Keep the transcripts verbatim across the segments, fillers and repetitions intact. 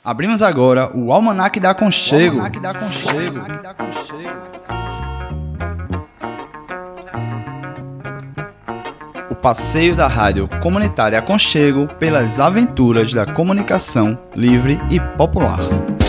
Abrimos agora o Almanac da Aconchego. O Almanac da Aconchego. O passeio da rádio comunitária Aconchego pelas aventuras da comunicação livre e popular.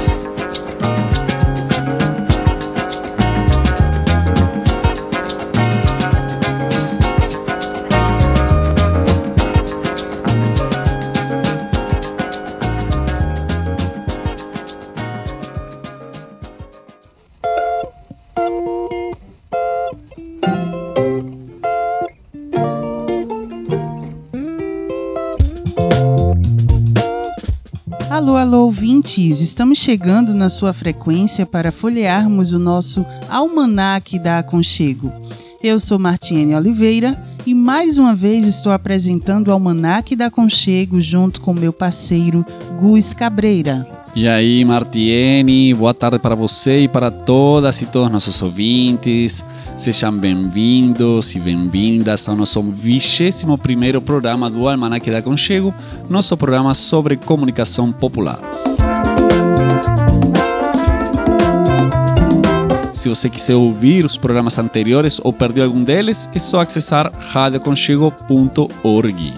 Alô, alô, ouvintes! Estamos chegando na sua frequência para folhearmos o nosso Almanac da Aconchego. Eu sou Martiene Oliveira e mais uma vez estou apresentando o Almanac da Aconchego junto com meu parceiro Gus Cabreira. E aí, Martiene, boa tarde para você e para todas e todos nossos ouvintes. Sejam bem-vindos e bem-vindas ao nosso vigésimo primeiro programa do Almanac da Aconchego, nosso programa sobre comunicação popular. Se você quiser ouvir os programas anteriores ou perdeu algum deles, é só acessar radio aconchego ponto org.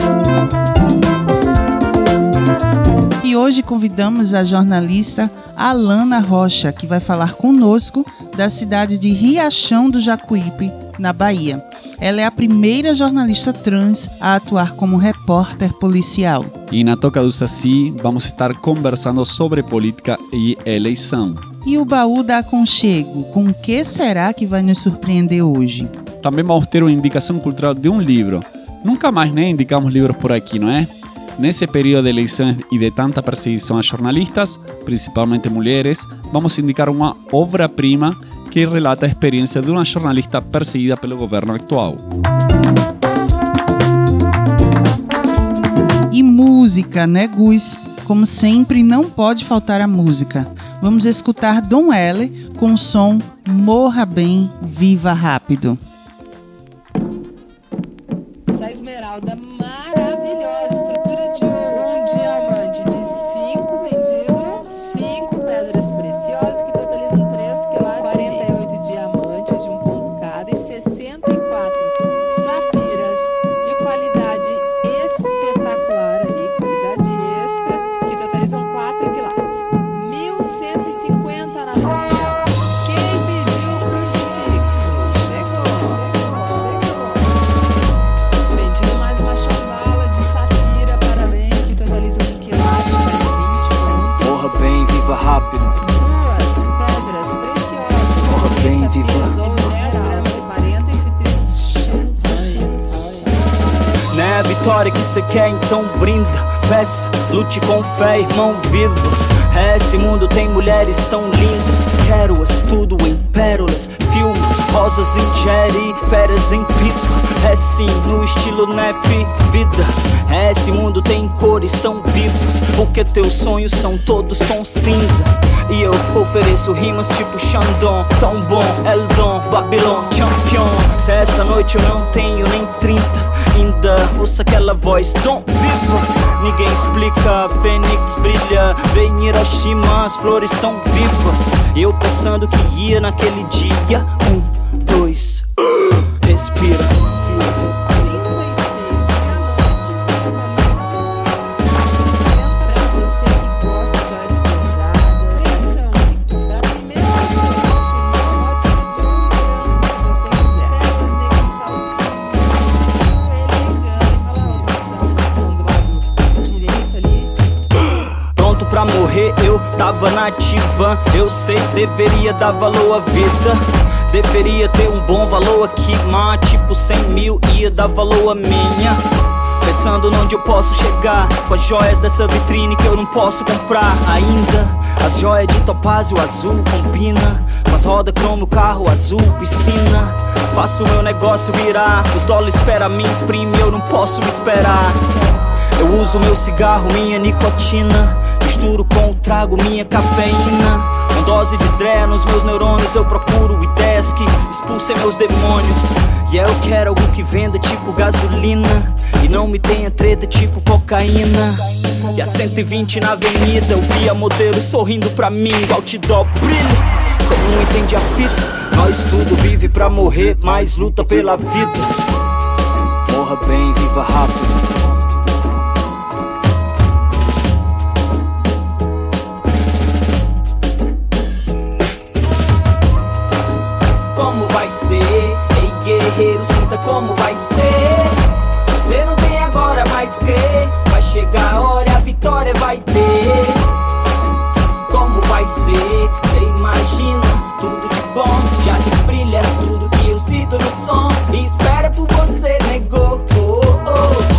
E hoje convidamos a jornalista Alana Rocha, que vai falar conosco da cidade de Riachão do Jacuípe, na Bahia. Ela é a primeira jornalista trans a atuar como repórter policial. E na Toca do Saci, vamos estar conversando sobre política e eleição. E o baú da Aconchego, com o que será que vai nos surpreender hoje? Também vamos ter uma indicação cultural de um livro. Nunca mais né, indicamos livros por aqui, não é? Nesse período de eleições e de tanta perseguição a jornalistas, principalmente mulheres, vamos indicar uma obra-prima que relata a experiência de uma jornalista perseguida pelo governo atual. E música, né, Gus? Como sempre, não pode faltar a música. Vamos escutar Dom L com o som Morra Bem, Viva Rápido. Essa esmeralda maravilhosa, estrutura de um diamante de cinco medidas, cinco pedras preciosas que totalizam três quilates, quarenta e oito diamantes de um ponto cada e sessenta e quatro safiras de qualidade espetacular ali, qualidade extra, que totalizam quatro quilates, mil cento e cinquenta na facial. Quem pediu o crucifixo? Chegou, chegou, chegou. Vendido mais uma chavala de safira para além, que totaliza um quilate mais vinte. Morra bem, viva rápido. Duas pedras preciosas. Morra bem, viva. De dez gramas e quarenta e citrinos. Não é a vitória que cê quer, então brinda. Peça, lute com fé, irmão, viva. Esse mundo tem mulheres tão lindas. Quero-as tudo em pérolas. Filme, rosas em Jerry, férias em pipa. É sim, no estilo Nef, vida. Esse mundo tem cores tão vivas, porque teus sonhos são todos tom cinza. E eu ofereço rimas tipo Xandão, tão bom, Eldon, Babylon, Champion. Se essa noite eu não tenho nem trinta, ainda ouça aquela voz tão viva. Ninguém explica, a fênix brilha. Vem em Hiroshima, as flores tão vivas. Eu pensando que ia naquele dia. Um, dois, uh, respira. Pra morrer eu tava nativa. Eu sei, deveria dar valor à vida. Deveria ter um bom valor aqui, mas tipo cem mil ia dar valor a minha. Pensando onde eu posso chegar, com as joias dessa vitrine que eu não posso comprar ainda. As joias de topázio azul combina com as rodas cromo, carro azul, piscina. Faço meu negócio virar, os dólares esperam me imprimir, eu não posso me esperar. Eu uso meu cigarro, minha nicotina, misturo com o trago, minha cafeína. dose de dré nos meus neurônios. Eu procuro ideias que expulsem meus demônios. E eu quero algo que venda tipo gasolina e não me tenha treta tipo cocaína. E a cento e vinte na avenida eu vi a modelo sorrindo pra mim, outdoor brilho. Cê não entende a fita, nós tudo vive pra morrer, mas luta pela vida. Morra bem, viva rápido. Como vai ser? Ei guerreiro, sinta como vai ser. Você não tem agora, mas crê. Vai chegar a hora e a vitória vai ter. Como vai ser? Você imagina tudo de bom. Já que brilha tudo que eu sinto no som. E espera por você, negou. Oh, oh.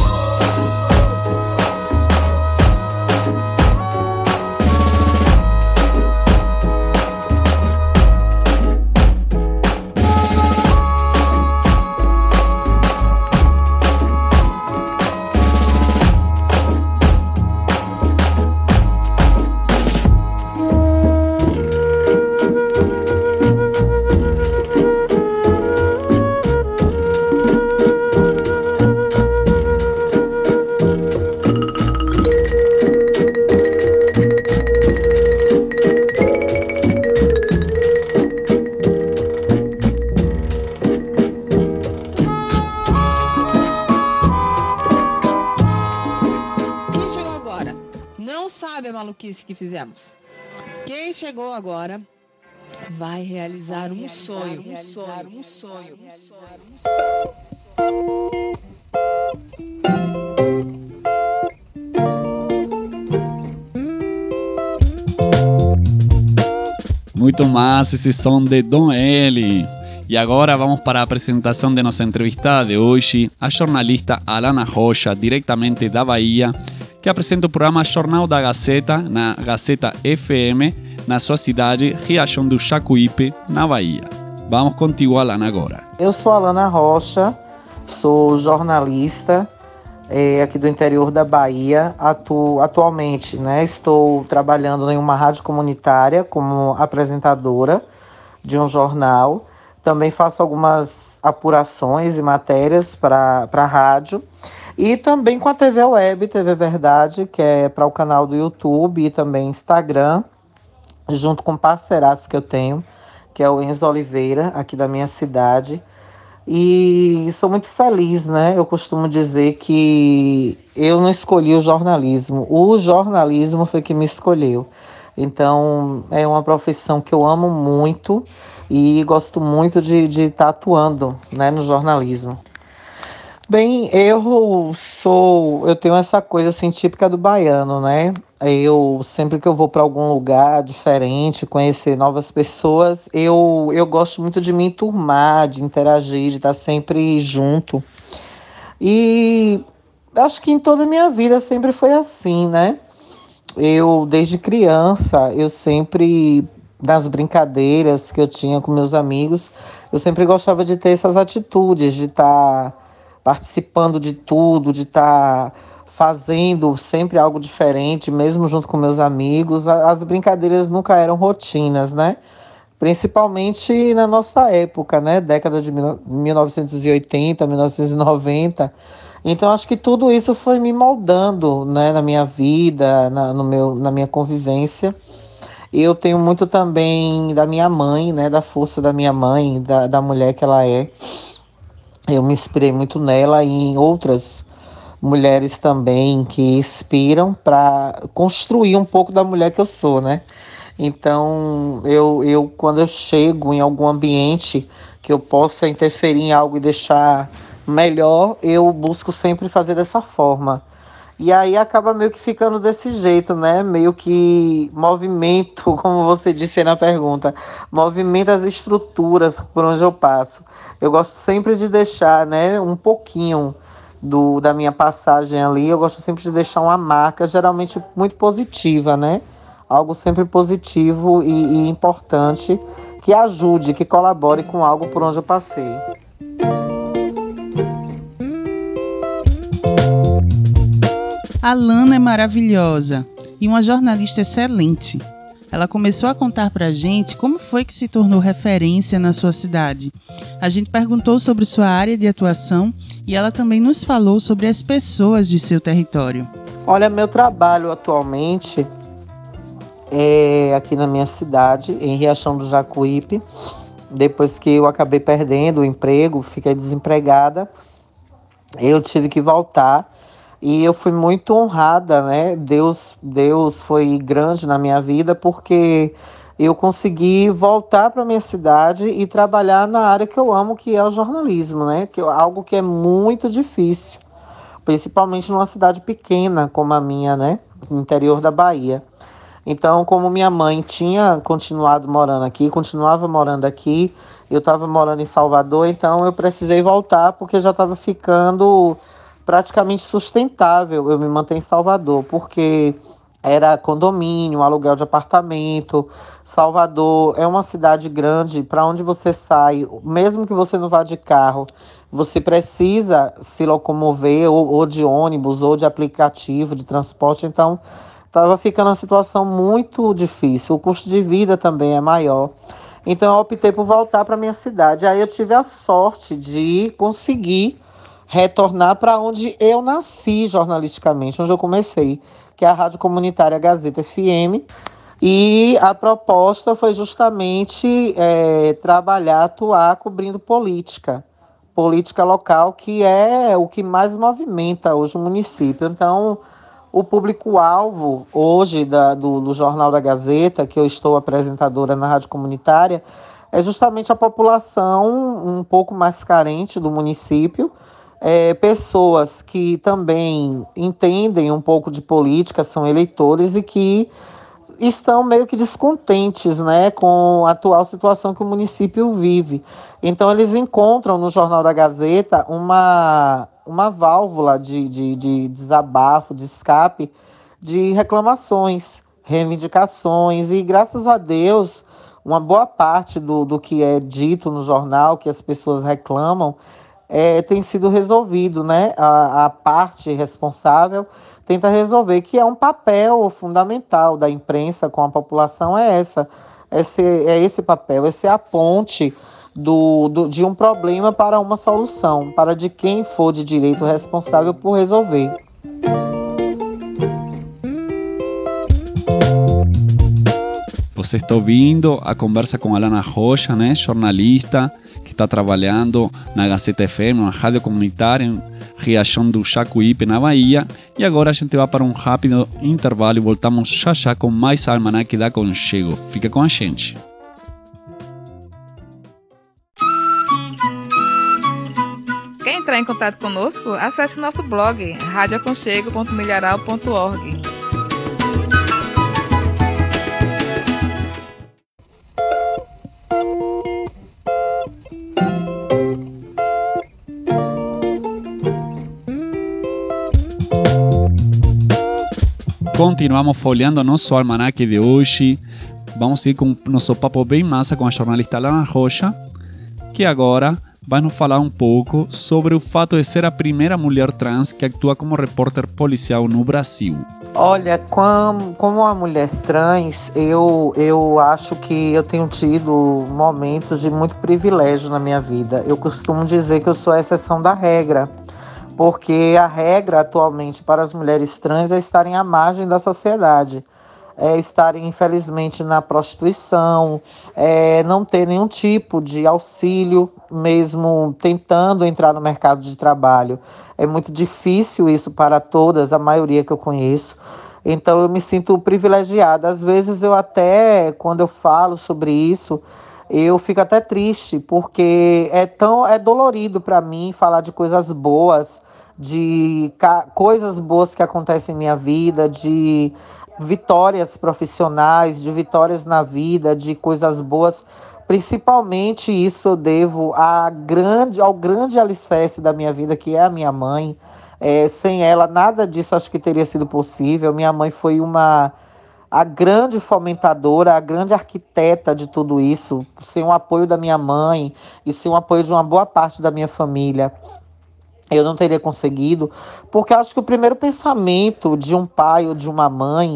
Que fizemos. Quem chegou agora vai realizar um sonho, um sonho, um sonho, um sonho. Muito massa esse som de Dom L. E agora vamos para a apresentação de nossa entrevistada de hoje, a jornalista Alana Rocha, diretamente da Bahia, que apresenta o programa Jornal da Gazeta, na Gazeta F M, na sua cidade, Riachão do Jacuípe, na Bahia. Vamos contigo, Alana, agora. Eu sou Alana Rocha, sou jornalista é, aqui do interior da Bahia. Atu- atualmente, né, estou trabalhando em uma rádio comunitária como apresentadora de um jornal. Também faço algumas apurações e matérias para a rádio. E também com a T V Web, T V Verdade, que é para o canal do YouTube e também Instagram, junto com parceiraço que eu tenho, que é o Enzo Oliveira, aqui da minha cidade. E sou muito feliz, né? Eu costumo dizer que eu não escolhi o jornalismo, o jornalismo foi que me escolheu. Então, é uma profissão que eu amo muito e gosto muito de, de estar atuando, né, no jornalismo. Bem, eu sou, eu tenho essa coisa assim típica do baiano, né? Eu sempre que eu vou para algum lugar diferente, conhecer novas pessoas, eu, eu gosto muito de me enturmar, de interagir, de estar sempre junto. E acho que em toda a minha vida sempre foi assim, né? Eu, desde criança, eu sempre, nas brincadeiras que eu tinha com meus amigos, eu sempre gostava de ter essas atitudes, de estar participando de tudo, de estar fazendo sempre algo diferente, mesmo junto com meus amigos. As brincadeiras nunca eram rotinas, né? Principalmente na nossa época, né? Década de mil novecentos e oitenta, mil novecentos e noventa. Então, acho que tudo isso foi me moldando, né, na minha vida, na, no meu, na minha convivência. E eu tenho muito também da minha mãe, né, da força da minha mãe, da, da mulher que ela é. Eu me inspirei muito nela e em outras mulheres também que inspiram para construir um pouco da mulher que eu sou, né? Então, eu, eu, quando eu chego em algum ambiente que eu possa interferir em algo e deixar melhor, eu busco sempre fazer dessa forma. E aí acaba meio que ficando desse jeito, né? Meio que movimento, como você disse aí na pergunta, movimenta as estruturas por onde eu passo. Eu gosto sempre de deixar, né, um pouquinho do, da minha passagem ali, eu gosto sempre de deixar uma marca, geralmente muito positiva, né? Algo sempre positivo e, e importante, que ajude, que colabore com algo por onde eu passei. A Alana é maravilhosa e uma jornalista excelente. ela começou a contar pra gente como foi que se tornou referência na sua cidade. A gente perguntou sobre sua área de atuação e ela também nos falou sobre as pessoas de seu território. Olha, meu trabalho atualmente é aqui na minha cidade, em Riachão do Jacuípe. Depois que eu acabei perdendo o emprego, fiquei desempregada, eu tive que voltar e eu fui muito honrada, né? Deus, Deus foi grande na minha vida porque eu consegui voltar para minha cidade e trabalhar na área que eu amo, que é o jornalismo, né? Que é algo que é muito difícil, principalmente numa cidade pequena como a minha, né? No interior da Bahia. Então, como minha mãe tinha continuado morando aqui, continuava morando aqui, eu estava morando em Salvador, então eu precisei voltar porque já estava ficando praticamente sustentável eu me manter em Salvador, porque era condomínio, aluguel de apartamento. Salvador é uma cidade grande, para onde você sai, mesmo que você não vá de carro, você precisa se locomover ou, ou de ônibus ou de aplicativo de transporte, então estava ficando uma situação muito difícil. O custo de vida também é maior. Então eu optei por voltar para minha cidade. Aí eu tive a sorte de conseguir retornar para onde eu nasci jornalisticamente, onde eu comecei, que é a Rádio Comunitária Gazeta F M. E a proposta foi justamente é, trabalhar, atuar cobrindo política. Política local, que é o que mais movimenta hoje o município. Então, o público-alvo hoje da, do, do Jornal da Gazeta, que eu estou apresentadora na Rádio Comunitária, é justamente a população um pouco mais carente do município, é, pessoas que também entendem um pouco de política, são eleitores e que estão meio que descontentes, né, com a atual situação que o município vive. Então, eles encontram no Jornal da Gazeta uma, uma válvula de, de, de desabafo, de escape, de reclamações, reivindicações. E, graças a Deus, uma boa parte do, do que é dito no jornal, que as pessoas reclamam, é, tem sido resolvido, né? A, a parte responsável tenta resolver, que é um papel fundamental da imprensa com a população, é essa. Esse, é esse papel, esse é a ponte do, do, de um problema para uma solução, para de quem for de direito responsável por resolver. Você está ouvindo a conversa com Alana Rocha, né, jornalista que está trabalhando na Gazeta F M, uma rádio comunitária em Riachão do Jacuípe, na Bahia. E agora a gente vai para um rápido intervalo e voltamos já já com mais Almanac da Aconchego. Fica com a gente. Quer entrar em contato conosco? Acesse nosso blog rádio aconchego ponto milharal ponto org. Continuamos folheando nosso almanaque de hoje. Vamos ir com nosso papo bem massa com a jornalista Alana Rocha, que agora vai nos falar um pouco sobre o fato de ser a primeira mulher trans que atua como repórter policial no Brasil. Olha, como, como uma mulher trans, eu, eu acho que eu tenho tido momentos de muito privilégio na minha vida. Eu costumo dizer que eu sou a exceção da regra, porque a regra atualmente para as mulheres trans é estarem à margem da sociedade, é estarem, infelizmente, na prostituição, é não ter nenhum tipo de auxílio, mesmo tentando entrar no mercado de trabalho. É muito difícil isso para todas, a maioria que eu conheço. Então eu me sinto privilegiada. Às vezes eu até, quando eu falo sobre isso, eu fico até triste, porque é tão é dolorido para mim falar de coisas boas, de ca- coisas boas que acontecem em minha vida, de vitórias profissionais, de vitórias na vida, de coisas boas. Principalmente isso eu devo a grande, ao grande alicerce da minha vida, que é a minha mãe. É, sem ela, nada disso acho que teria sido possível. Minha mãe foi uma... a grande fomentadora, a grande arquiteta de tudo isso. Sem o apoio da minha mãe e sem o apoio de uma boa parte da minha família, eu não teria conseguido, porque eu acho que o primeiro pensamento de um pai ou de uma mãe,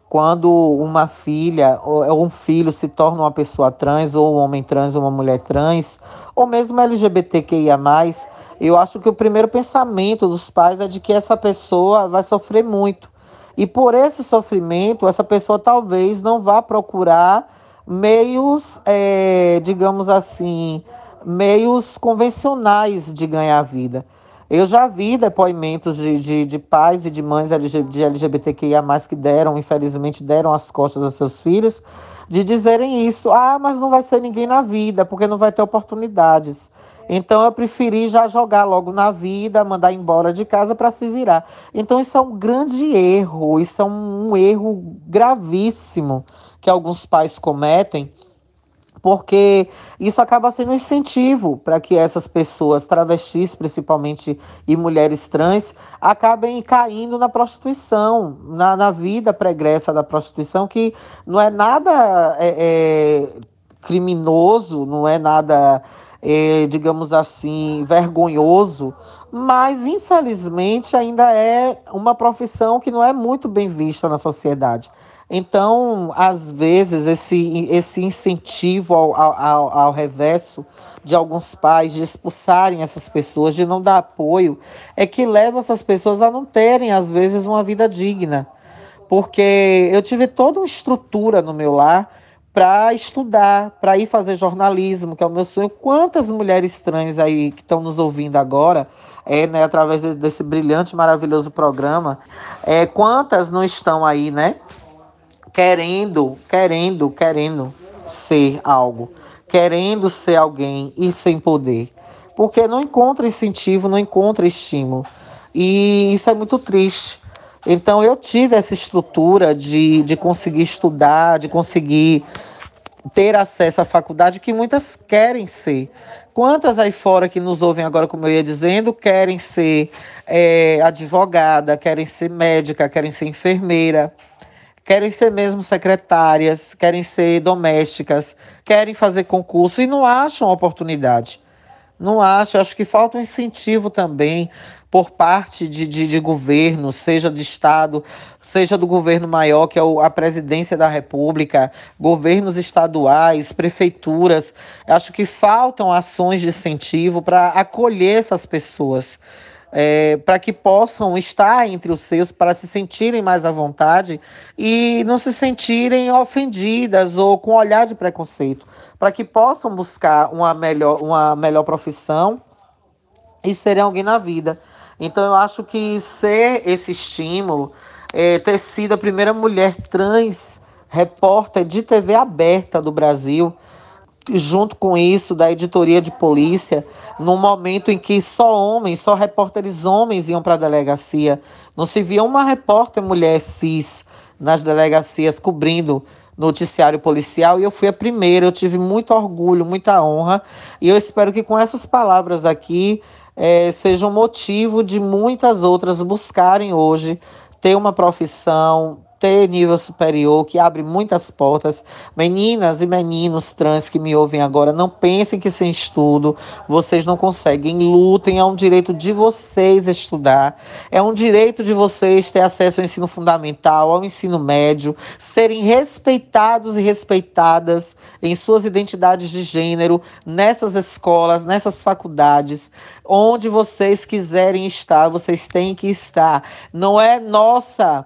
quando uma filha ou um filho se torna uma pessoa trans, ou um homem trans, ou uma mulher trans, ou mesmo L G B T Q I A mais, eu acho que o primeiro pensamento dos pais é de que essa pessoa vai sofrer muito. E por esse sofrimento, essa pessoa talvez não vá procurar meios, é, digamos assim, meios convencionais de ganhar vida. Eu já vi depoimentos de, de, de pais e de mães de L G B T Q I A mais, que deram, infelizmente, deram as costas aos seus filhos, de dizerem isso. Ah, mas não vai ser ninguém na vida, porque não vai ter oportunidades. Então eu preferi já jogar logo na vida, mandar embora de casa para se virar. Então isso é um grande erro, isso é um, um erro gravíssimo que alguns pais cometem, porque isso acaba sendo um incentivo para que essas pessoas, travestis principalmente e mulheres trans, acabem caindo na prostituição, na, na vida pregressa da prostituição, que não é nada é, é, criminoso, não é nada, é, digamos assim, vergonhoso, mas infelizmente ainda é uma profissão que não é muito bem vista na sociedade. Então, às vezes, esse, esse incentivo ao, ao, ao reverso de alguns pais de expulsarem essas pessoas, de não dar apoio, é que leva essas pessoas a não terem, às vezes, uma vida digna. Porque eu tive toda uma estrutura no meu lar para estudar, para ir fazer jornalismo, que é o meu sonho. Quantas mulheres trans aí que estão nos ouvindo agora, é, né, através desse brilhante, maravilhoso programa, é, quantas não estão aí, né? Querendo, querendo, querendo ser algo, querendo ser alguém e sem poder, porque não encontra incentivo, não encontra estímulo, e isso é muito triste. Então eu tive essa estrutura de, de conseguir estudar, de conseguir ter acesso à faculdade, que muitas querem ser. Quantas aí fora que nos ouvem agora, como eu ia dizendo, querem ser é, advogada, querem ser médica, querem ser enfermeira, querem ser mesmo secretárias, querem ser domésticas, querem fazer concurso e não acham oportunidade. Não acham, acho que falta um incentivo também por parte de, de, de governo, seja de Estado, seja do governo maior, que é a presidência da República, governos estaduais, prefeituras. Acho que faltam ações de incentivo para acolher essas pessoas. É, para que possam estar entre os seus, para se sentirem mais à vontade e não se sentirem ofendidas ou com olhar de preconceito, para que possam buscar uma melhor, uma melhor profissão e serem alguém na vida. Então eu acho que ser esse estímulo, é, ter sido a primeira mulher trans repórter de T V aberta do Brasil, junto com isso, da editoria de polícia, num momento em que só homens, só repórteres homens iam para a delegacia. Não se via uma repórter mulher cis nas delegacias cobrindo noticiário policial, e eu fui a primeira. Eu tive muito orgulho, muita honra, e eu espero que com essas palavras aqui é, seja um motivo de muitas outras buscarem hoje ter uma profissão, ter nível superior, que abre muitas portas. Meninas e meninos trans que me ouvem agora, não pensem que sem estudo vocês não conseguem. Lutem, é um direito de vocês estudar, é um direito de vocês ter acesso ao ensino fundamental, ao ensino médio, serem respeitados e respeitadas em suas identidades de gênero, nessas escolas, nessas faculdades, onde vocês quiserem estar, vocês têm que estar. Não é nossa...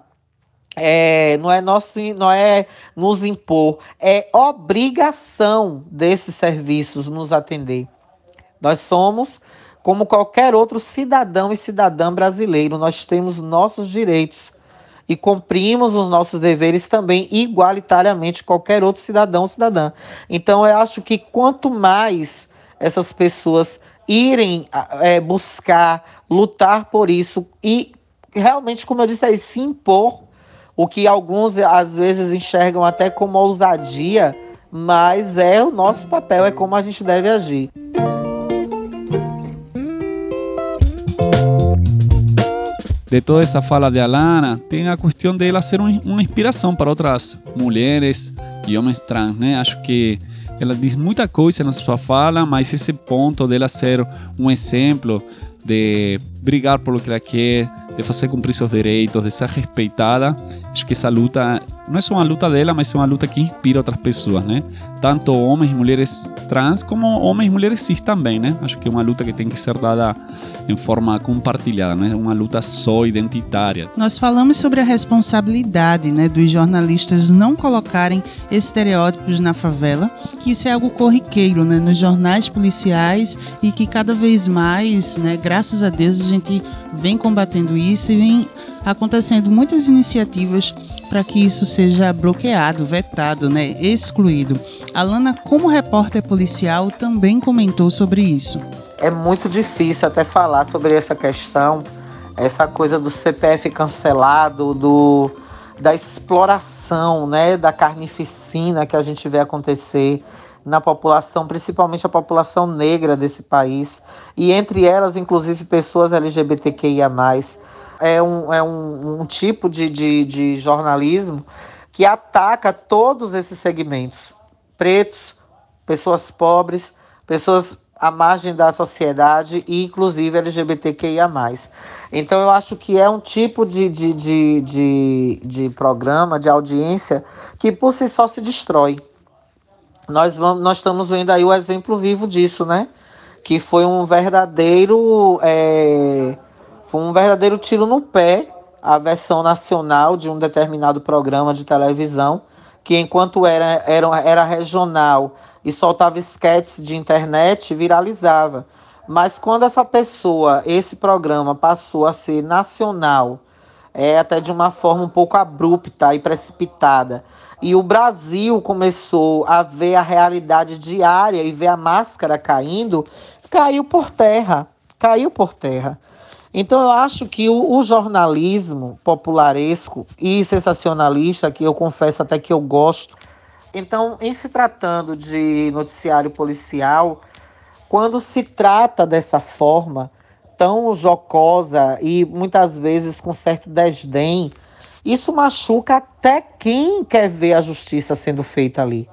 É, não é nosso, não é nos impor, é obrigação desses serviços nos atender. Nós somos como qualquer outro cidadão e cidadã brasileiro, nós temos nossos direitos e cumprimos os nossos deveres também igualitariamente qualquer outro cidadão ou cidadã. Então eu acho que quanto mais essas pessoas irem é, buscar, lutar por isso e realmente, como eu disse aí, se impor, o que alguns às vezes enxergam até como ousadia, mas é o nosso papel, é como a gente deve agir. De toda essa fala de Alana, tem a questão dela ser uma inspiração para outras mulheres e homens trans, né? Acho que ela diz muita coisa na sua fala, mas esse ponto dela ser um exemplo de brigar por lo que ela quer, de fazer cumprir seus direitos, de ser respeitada, acho que essa luta não é só uma luta dela, mas é uma luta que inspira outras pessoas, né? Tanto homens e mulheres trans, como homens e mulheres cis também, né? Acho que é uma luta que tem que ser dada em forma compartilhada, não é uma luta só identitária. Nós falamos sobre a responsabilidade, né, dos jornalistas não colocarem estereótipos na favela, que isso é algo corriqueiro, né, nos jornais policiais e que cada vez mais, né, graças a Deus, a gente vem combatendo isso e vem acontecendo muitas iniciativas para que isso seja bloqueado, vetado, né, excluído. Alana, como repórter policial, também comentou sobre isso. É muito difícil até falar sobre essa questão, essa coisa do C P F cancelado, do, da exploração, né, da carnificina que a gente vê acontecer na população, principalmente a população negra desse país, e entre elas, inclusive, pessoas L G B T Q I A mais. É um, é um, um tipo de, de, de jornalismo que ataca todos esses segmentos. Pretos, pessoas pobres, pessoas à margem da sociedade e, inclusive, L G B T Q I A mais. Então, eu acho que é um tipo de, de, de, de, de programa, de audiência, que por si só se destrói. Nós, vamos, nós estamos vendo aí o exemplo vivo disso, né? Que foi um verdadeiro... É... Foi um verdadeiro tiro no pé a versão nacional de um determinado programa de televisão, que enquanto era, era, era regional e soltava esquetes de internet, viralizava. Mas quando essa pessoa, esse programa passou a ser nacional, é, até de uma forma um pouco abrupta e precipitada, e o Brasil começou a ver a realidade diária e ver a máscara caindo, caiu por terra, caiu por terra. Então, eu acho que o, o jornalismo popularesco e sensacionalista, que eu confesso até que eu gosto, então, em se tratando de noticiário policial, quando se trata dessa forma tão jocosa e muitas vezes com certo desdém, isso machuca até quem quer ver a justiça sendo feita ali.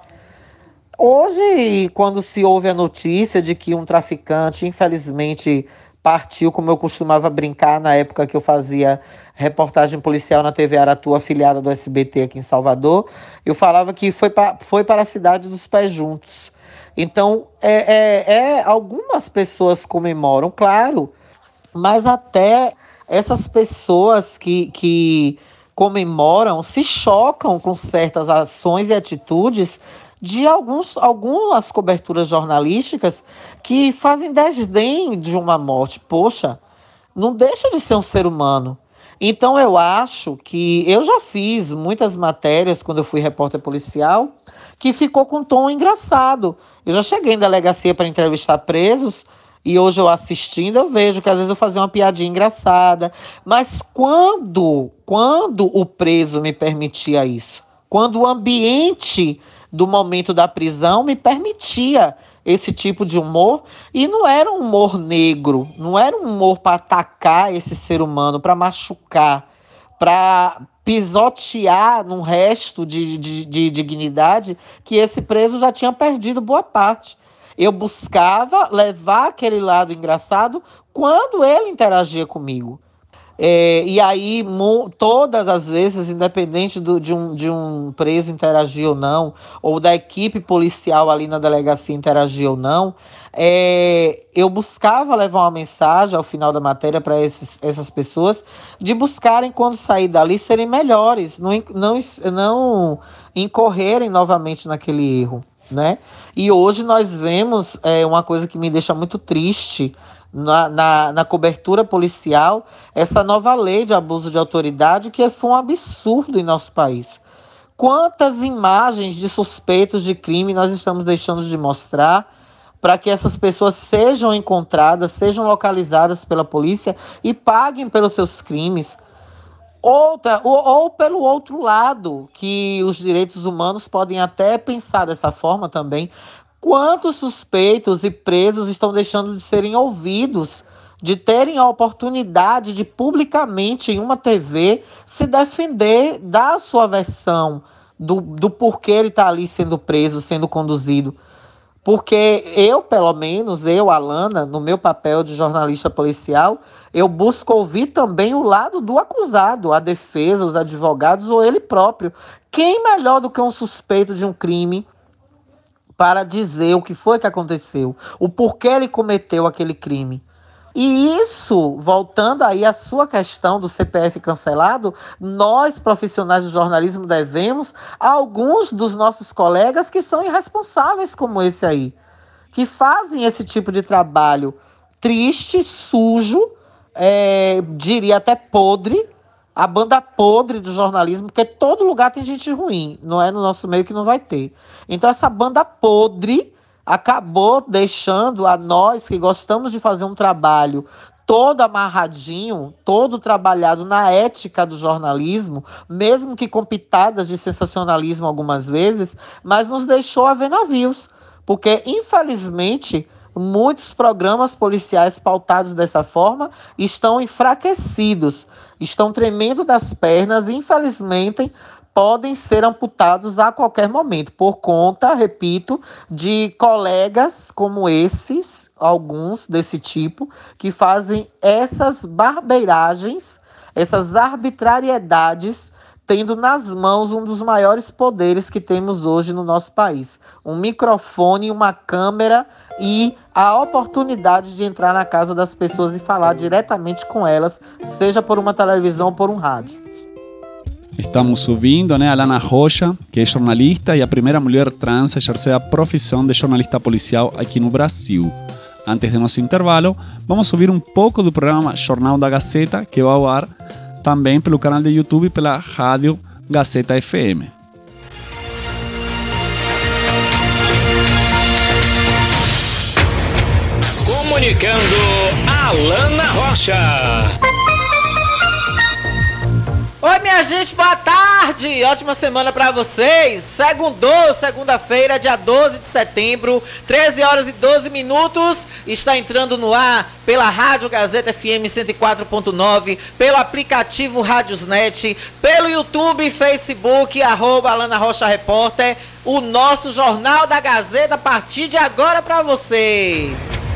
Hoje, quando se ouve a notícia de que um traficante, infelizmente, partiu, como eu costumava brincar na época que eu fazia reportagem policial na T V Aratu, afiliada do S B T aqui em Salvador, eu falava que foi, pra, foi para a cidade dos pés juntos. Então, é, é, é, algumas pessoas comemoram, claro, mas até essas pessoas que, que comemoram se chocam com certas ações e atitudes de alguns, algumas coberturas jornalísticas que fazem desdém de uma morte. Poxa, não deixa de ser um ser humano. Então eu acho que eu já fiz muitas matérias quando eu fui repórter policial que ficou com um tom engraçado. Eu já cheguei em delegacia para entrevistar presos e hoje eu assistindo eu vejo que às vezes eu fazia uma piadinha engraçada. Mas quando, quando o preso me permitia isso, quando o ambiente do momento da prisão me permitia esse tipo de humor, e não era um humor negro, não era um humor para atacar esse ser humano, para machucar, para pisotear num resto de, de, de dignidade que esse preso já tinha perdido boa parte. Eu buscava levar aquele lado engraçado quando ele interagia comigo. É, e aí, mo- todas as vezes, independente do, de, um, de um preso interagir ou não, ou da equipe policial ali na delegacia interagir ou não, é, eu buscava levar uma mensagem ao final da matéria para essas pessoas, de buscarem, quando sair dali, serem melhores, não, não, não incorrerem novamente naquele erro, né? E hoje nós vemos é, uma coisa que me deixa muito triste, Na, na, na cobertura policial, essa nova lei de abuso de autoridade, que foi um absurdo em nosso país. Quantas imagens de suspeitos de crime nós estamos deixando de mostrar para que essas pessoas sejam encontradas, sejam localizadas pela polícia e paguem pelos seus crimes? Outra, ou, ou pelo outro lado, que os direitos humanos podem até pensar dessa forma também. Quantos suspeitos e presos estão deixando de serem ouvidos, de terem a oportunidade de publicamente em uma T V se defender da sua versão do, do porquê ele está ali sendo preso, sendo conduzido? Porque eu, pelo menos, eu, Alana, no meu papel de jornalista policial, eu busco ouvir também o lado do acusado, a defesa, os advogados ou ele próprio. Quem melhor do que um suspeito de um crime para dizer o que foi que aconteceu, o porquê ele cometeu aquele crime? E isso, voltando aí à sua questão do C P F cancelado, nós, profissionais de jornalismo, devemos a alguns dos nossos colegas que são irresponsáveis como esse aí, que fazem esse tipo de trabalho triste, sujo, é, diria até podre, a banda podre do jornalismo, porque todo lugar tem gente ruim, não é no nosso meio que não vai ter. Então essa banda podre acabou deixando a nós que gostamos de fazer um trabalho todo amarradinho, todo trabalhado na ética do jornalismo, mesmo que com pitadas de sensacionalismo algumas vezes, mas nos deixou a ver navios, porque infelizmente muitos programas policiais pautados dessa forma estão enfraquecidos, estão tremendo das pernas e infelizmente podem ser amputados a qualquer momento, por conta, repito, de colegas como esses, alguns desse tipo, que fazem essas barbeiragens, essas arbitrariedades, tendo nas mãos um dos maiores poderes que temos hoje no nosso país. Um microfone, uma câmera e a oportunidade de entrar na casa das pessoas e falar diretamente com elas, seja por uma televisão ou por um rádio. Estamos ouvindo, né, a Alana Rocha, que é jornalista e a primeira mulher trans a exercer a profissão de jornalista policial aqui no Brasil. Antes do nosso intervalo, vamos ouvir um pouco do programa Jornal da Gazeta, que vai ao ar também pelo canal de YouTube e pela rádio Gazeta F M. Comunicando Alana Rocha. Oi, minha gente, boa tarde! Ótima semana pra vocês! Segundou, segunda-feira, dia doze de setembro, treze horas e doze minutos. Está entrando no ar pela Rádio Gazeta F M cento e quatro ponto nove, pelo aplicativo Rádiosnet, pelo YouTube e Facebook, arroba Alana Rocha Repórter, o nosso Jornal da Gazeta a partir de agora pra você.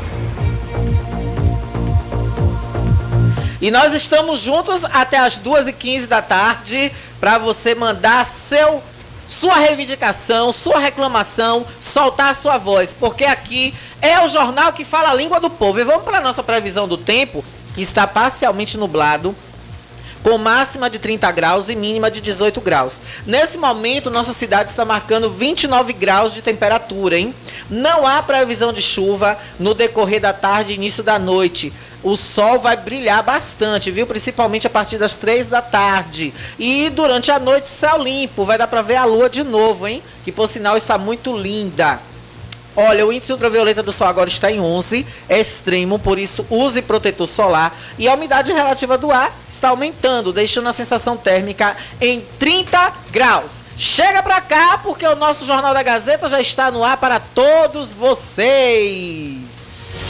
E nós estamos juntos até as duas e quinze da tarde para você mandar seu, sua reivindicação, sua reclamação, soltar a sua voz, porque aqui é o jornal que fala a língua do povo. E vamos para a nossa previsão do tempo, que está parcialmente nublado, com máxima de trinta graus e mínima de dezoito graus. Nesse momento, nossa cidade está marcando vinte e nove graus de temperatura, hein? Não há previsão de chuva no decorrer da tarde e início da noite. O sol vai brilhar bastante, viu? Principalmente a partir das três da tarde. E durante a noite, céu limpo. Vai dar para ver a lua de novo, hein? Que, por sinal, está muito linda. Olha, o índice ultravioleta do sol agora está em onze, é extremo, por isso use protetor solar. E a umidade relativa do ar está aumentando, deixando a sensação térmica em trinta graus. Chega pra cá, porque o nosso Jornal da Gazeta já está no ar para todos vocês.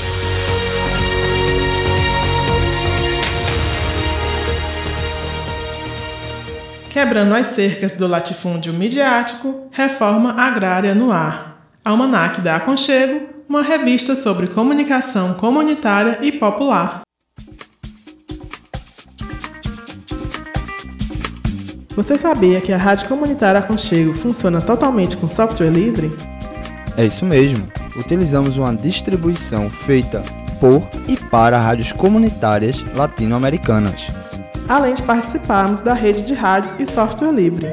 Quebrando as cercas do latifúndio midiático, reforma agrária no ar. Almanaque da Aconchego, uma revista sobre comunicação comunitária e popular. Você sabia que a Rádio Comunitária Aconchego funciona totalmente com software livre? É isso mesmo. Utilizamos uma distribuição feita por e para rádios comunitárias latino-americanas, além de participarmos da rede de rádios e software livre.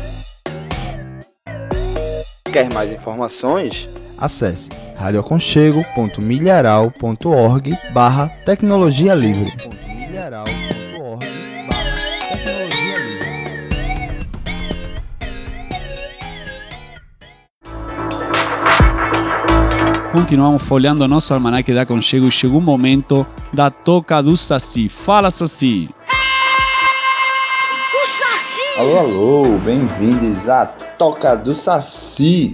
Quer mais informações? Acesse radioaconchego ponto milharal ponto org barra tecnologia livre. milharal ponto org barra tecnologia livre. Continuamos folheando o nosso almanaque da Aconchego e chegou o momento da toca do Saci. Fala, Saci! Alô, alô, bem-vindos à Toca do Saci.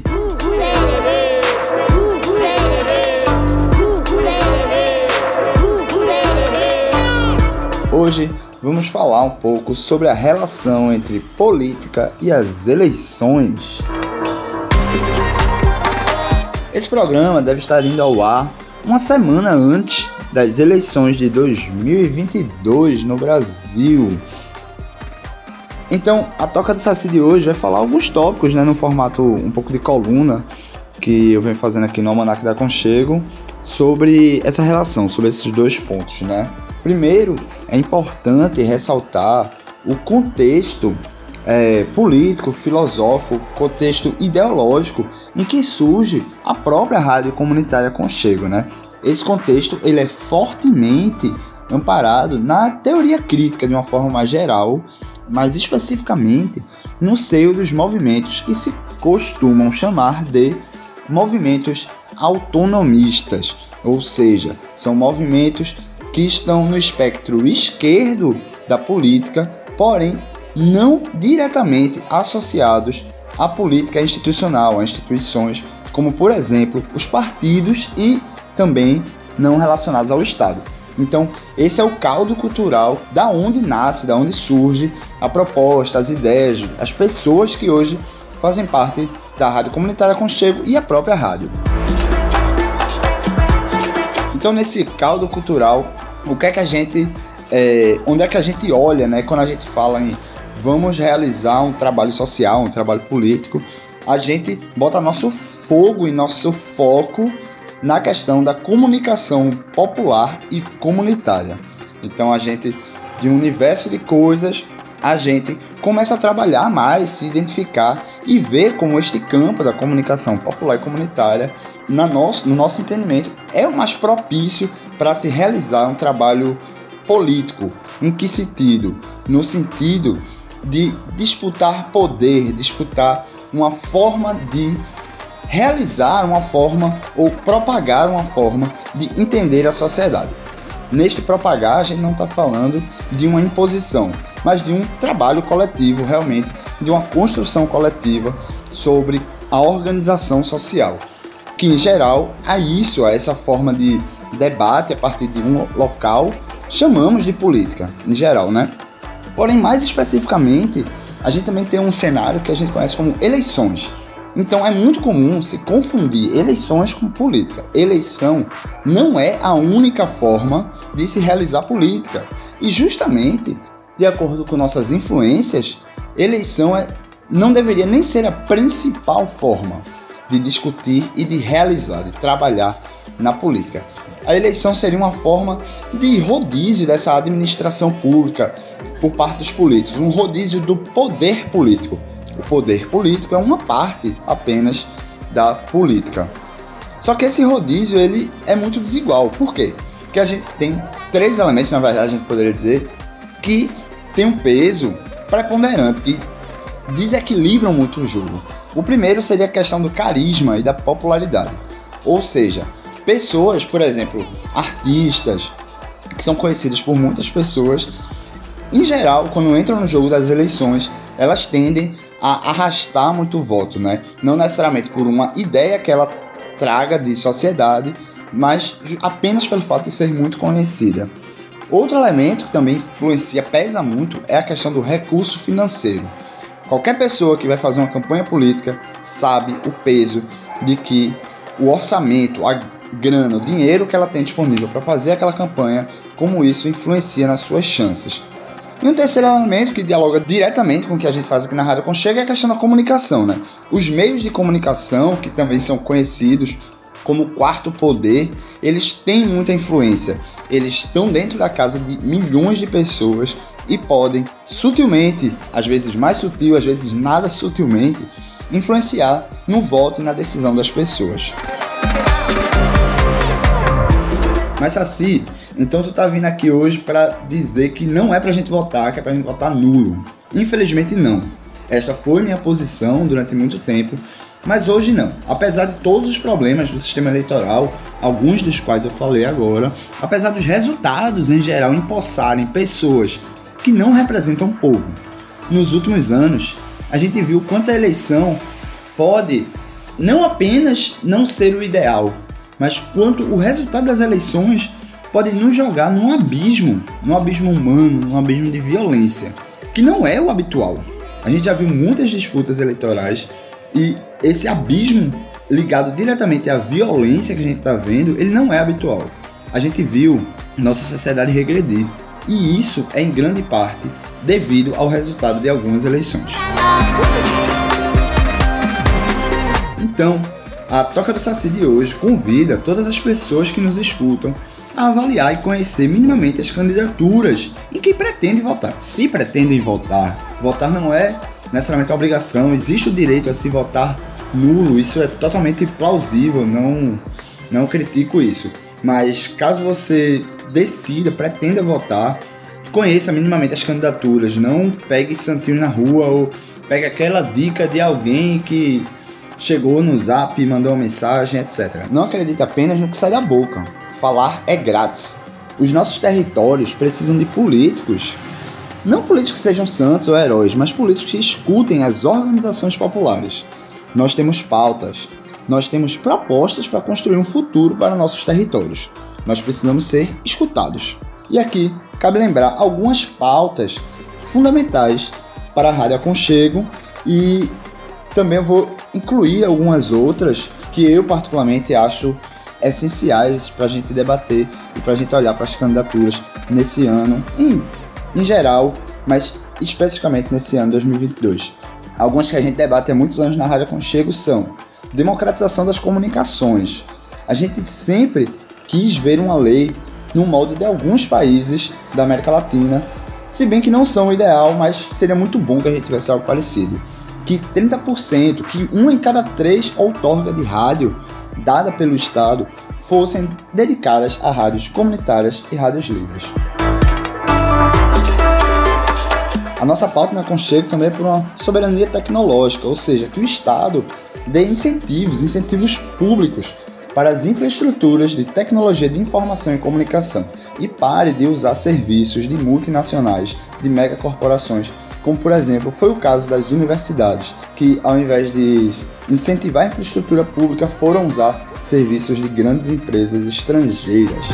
Hoje vamos falar um pouco sobre a relação entre política e as eleições. Esse programa deve estar indo ao ar uma semana antes das eleições de dois mil e vinte e dois no Brasil. Então, a Toca do Saci de hoje vai falar alguns tópicos, né, no formato um pouco de coluna, que eu venho fazendo aqui no Almanac da Aconchego, sobre essa relação, sobre esses dois pontos, né? Primeiro, é importante ressaltar o contexto é, político, filosófico, contexto ideológico em que surge a própria Rádio Comunitária Aconchego, né? Esse contexto ele é fortemente amparado na teoria crítica de uma forma mais geral, mas especificamente no seio dos movimentos que se costumam chamar de movimentos autonomistas, ou seja, são movimentos que estão no espectro esquerdo da política, porém não diretamente associados à política institucional, a instituições como, por exemplo, os partidos e também não relacionados ao Estado. Então, esse é o caldo cultural da onde nasce, da onde surge a proposta, as ideias, as pessoas que hoje fazem parte da Rádio Comunitária Aconchego e a própria rádio. Então, nesse caldo cultural, o que é que a gente, é, onde é que a gente olha, né, quando a gente fala em vamos realizar um trabalho social, um trabalho político, a gente bota nosso fogo e nosso foco na questão da comunicação popular e comunitária. Então a gente, de um universo de coisas, a gente começa a trabalhar mais, se identificar e ver como este campo da comunicação popular e comunitária, na nosso, no nosso entendimento, é o mais propício para se realizar um trabalho político. Em que sentido? No sentido de disputar poder, disputar uma forma de realizar uma forma ou propagar uma forma de entender a sociedade. Neste propagar, a gente não está falando de uma imposição, mas de um trabalho coletivo, realmente, de uma construção coletiva sobre a organização social, que em geral a isso, a essa forma de debate a partir de um local, chamamos de política, em geral, né? Porém, mais especificamente, a gente também tem um cenário que a gente conhece como eleições. Então é muito comum se confundir eleições com política. Eleição não é a única forma de se realizar política. E justamente, de acordo com nossas influências, eleição é, não deveria nem ser a principal forma de discutir e de realizar, de trabalhar na política. A eleição seria uma forma de rodízio dessa administração pública por parte dos políticos, um rodízio do poder político. O poder político é uma parte apenas da política. Só que esse rodízio ele é muito desigual. Por quê? Porque a gente tem três elementos, na verdade, a gente poderia dizer, que tem um peso preponderante, que desequilibram muito o jogo. O primeiro seria a questão do carisma e da popularidade. Ou seja, pessoas, por exemplo, artistas, que são conhecidas por muitas pessoas, em geral, quando entram no jogo das eleições, elas tendem a arrastar muito voto, né? Não necessariamente por uma ideia que ela traga de sociedade, mas apenas pelo fato de ser muito conhecida. Outro elemento que também influencia, pesa muito, é a questão do recurso financeiro. Qualquer pessoa que vai fazer uma campanha política sabe o peso de que o orçamento, a grana, o dinheiro que ela tem disponível para fazer aquela campanha, como isso influencia nas suas chances. E um terceiro elemento que dialoga diretamente com o que a gente faz aqui na Rádio Aconchego é a questão da comunicação, né? Os meios de comunicação, que também são conhecidos como quarto poder, eles têm muita influência. Eles estão dentro da casa de milhões de pessoas e podem sutilmente, às vezes mais sutil, às vezes nada sutilmente, influenciar no voto e na decisão das pessoas. Mas Saci, então tu tá vindo aqui hoje para dizer que não é pra gente votar, que é pra gente votar nulo. Infelizmente não. Essa foi minha posição durante muito tempo, mas hoje não. Apesar de todos os problemas do sistema eleitoral, alguns dos quais eu falei agora, apesar dos resultados em geral empossarem pessoas que não representam o povo. Nos últimos anos, a gente viu quanto a eleição pode não apenas não ser o ideal, mas quanto o resultado das eleições pode nos jogar num abismo, num abismo humano, num abismo de violência, que não é o habitual. A gente já viu muitas disputas eleitorais e esse abismo ligado diretamente à violência que a gente está vendo, ele não é habitual. A gente viu nossa sociedade regredir. E isso é em grande parte devido ao resultado de algumas eleições. Então, a Toca do Saci de hoje convida todas as pessoas que nos escutam a avaliar e conhecer minimamente as candidaturas em quem pretende votar. Se pretendem votar, votar não é necessariamente uma obrigação, existe o direito a se votar nulo, isso é totalmente plausível, não, não critico isso. Mas caso você decida, pretenda votar, conheça minimamente as candidaturas, não pegue santinho na rua ou pegue aquela dica de alguém que chegou no zap e mandou uma mensagem, etcétera. Não acredite apenas no que sai da boca. Falar é grátis. Os nossos territórios precisam de políticos, não políticos que sejam santos ou heróis, mas políticos que escutem as organizações populares. Nós temos pautas, nós temos propostas para construir um futuro para nossos territórios. Nós precisamos ser escutados. E aqui, cabe lembrar algumas pautas fundamentais para a Rádio Aconchego e também eu vou incluir algumas outras que eu particularmente acho essenciais para a gente debater e para a gente olhar para as candidaturas nesse ano, em, em geral, mas especificamente nesse ano dois mil e vinte e dois. Algumas que a gente debate há muitos anos na Rádio Aconchego são democratização das comunicações. A gente sempre quis ver uma lei no molde de alguns países da América Latina, se bem que não são o ideal, mas seria muito bom que a gente tivesse algo parecido. Que trinta por cento, que uma em cada três outorga de rádio dada pelo Estado fossem dedicadas a rádios comunitárias e rádios livres. A nossa pauta na Aconchego também é por uma soberania tecnológica, ou seja, que o Estado dê incentivos, incentivos públicos para as infraestruturas de tecnologia de informação e comunicação e pare de usar serviços de multinacionais, de megacorporações, como por exemplo foi o caso das universidades, que ao invés de incentivar a infraestrutura pública foram usar serviços de grandes empresas estrangeiras.